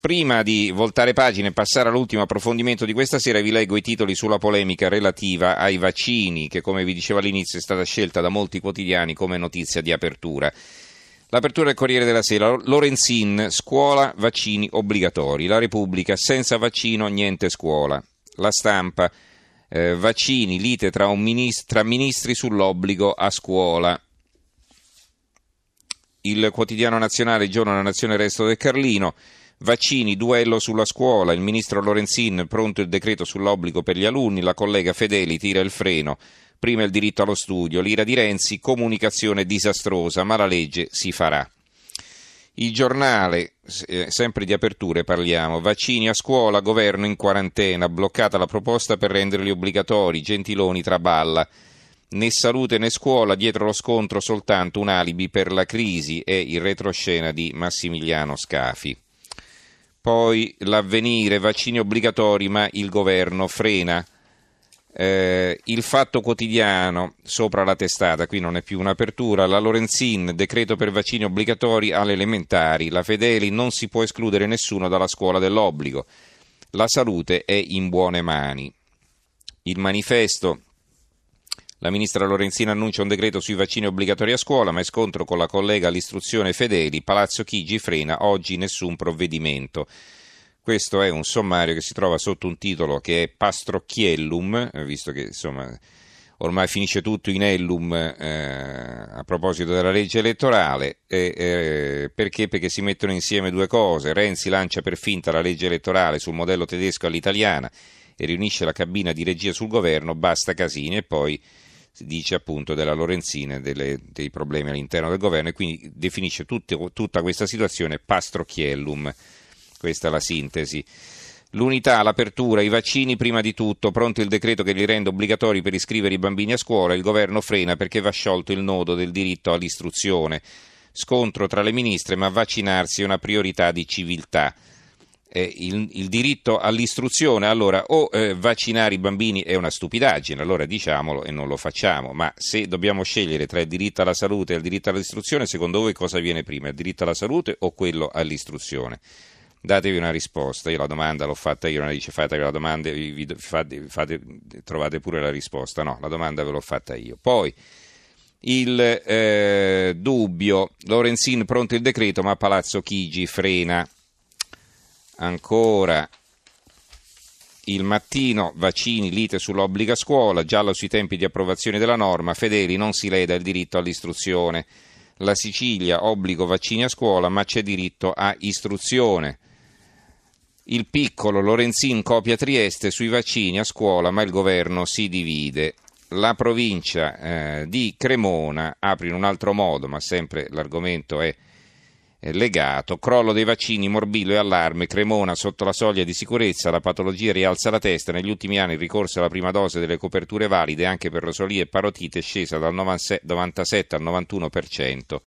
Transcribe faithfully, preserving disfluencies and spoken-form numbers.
Prima di voltare pagina e passare all'ultimo approfondimento di questa sera, vi leggo i titoli sulla polemica relativa ai vaccini, che come vi dicevo all'inizio è stata scelta da molti quotidiani come notizia di apertura. L'apertura del Corriere della Sera: Lorenzin, scuola, vaccini obbligatori. La Repubblica: senza vaccino niente scuola. La Stampa: eh, vaccini, lite tra, un ministro, tra ministri sull'obbligo a scuola. Il Quotidiano Nazionale, Il Giorno della Nazione, Resto del Carlino: vaccini, duello sulla scuola, il ministro Lorenzin, pronto il decreto sull'obbligo per gli alunni, la collega Fedeli tira il freno, prima il diritto allo studio, l'ira di Renzi, comunicazione disastrosa, ma la legge si farà. Il Giornale, eh, sempre di aperture parliamo, vaccini a scuola, governo in quarantena, bloccata la proposta per renderli obbligatori, Gentiloni traballa. Né salute né scuola, dietro lo scontro soltanto un alibi per la crisi, è il retroscena di Massimiliano Scafi. Poi l'Avvenire, vaccini obbligatori ma il governo frena. Eh, il Fatto Quotidiano, sopra la testata, qui non è più un'apertura, la Lorenzin, decreto per vaccini obbligatori alle elementari, la Fedeli, non si può escludere nessuno dalla scuola dell'obbligo, la salute è in buone mani. Il Manifesto, la ministra Lorenzin annuncia un decreto sui vaccini obbligatori a scuola, ma è scontro con la collega all'istruzione Fedeli, Palazzo Chigi frena, oggi nessun provvedimento. Questo è un sommario che si trova sotto un titolo che è Pastrocchiellum, visto che insomma ormai finisce tutto in ellum eh, a proposito della legge elettorale, eh, eh, perché? Perché si mettono insieme due cose. Renzi lancia per finta la legge elettorale sul modello tedesco all'italiana e riunisce la cabina di regia sul governo, basta casini, e poi si dice appunto della Lorenzin, delle, dei problemi all'interno del governo, e quindi definisce tutti, tutta questa situazione Pastrocchiellum. Questa è la sintesi. L'Unità, l'apertura, i vaccini prima di tutto, pronto il decreto che li rende obbligatori per iscrivere i bambini a scuola, il governo frena perché va sciolto il nodo del diritto all'istruzione. Scontro tra le ministre, ma vaccinarsi è una priorità di civiltà. Eh, il, il diritto all'istruzione, allora o eh, vaccinare i bambini è una stupidaggine, allora diciamolo e non lo facciamo, ma se dobbiamo scegliere tra il diritto alla salute e il diritto all'istruzione, secondo voi cosa viene prima, il diritto alla salute o quello all'istruzione? Datevi una risposta. Io la domanda l'ho fatta io, non dice fatevi la domanda e vi, vi fate, fate, trovate pure la risposta, no, la domanda ve l'ho fatta io. Poi il eh, dubbio, Lorenzin pronto il decreto ma Palazzo Chigi frena. Ancora Il Mattino, vaccini, lite sull'obbligo a scuola, giallo sui tempi di approvazione della norma, Fedeli non si leda il diritto all'istruzione. La Sicilia, obbligo vaccini a scuola ma c'è diritto a istruzione. Il Piccolo, Lorenzin copia Trieste sui vaccini a scuola ma il governo si divide. La Provincia eh, di Cremona apre in un altro modo, ma sempre l'argomento è legato, crollo dei vaccini, morbillo e allarme, Cremona sotto la soglia di sicurezza, la patologia rialza la testa, negli ultimi anni il ricorso alla prima dose delle coperture valide anche per rosolie e parotite è scesa dal novantasette al novantuno per cento.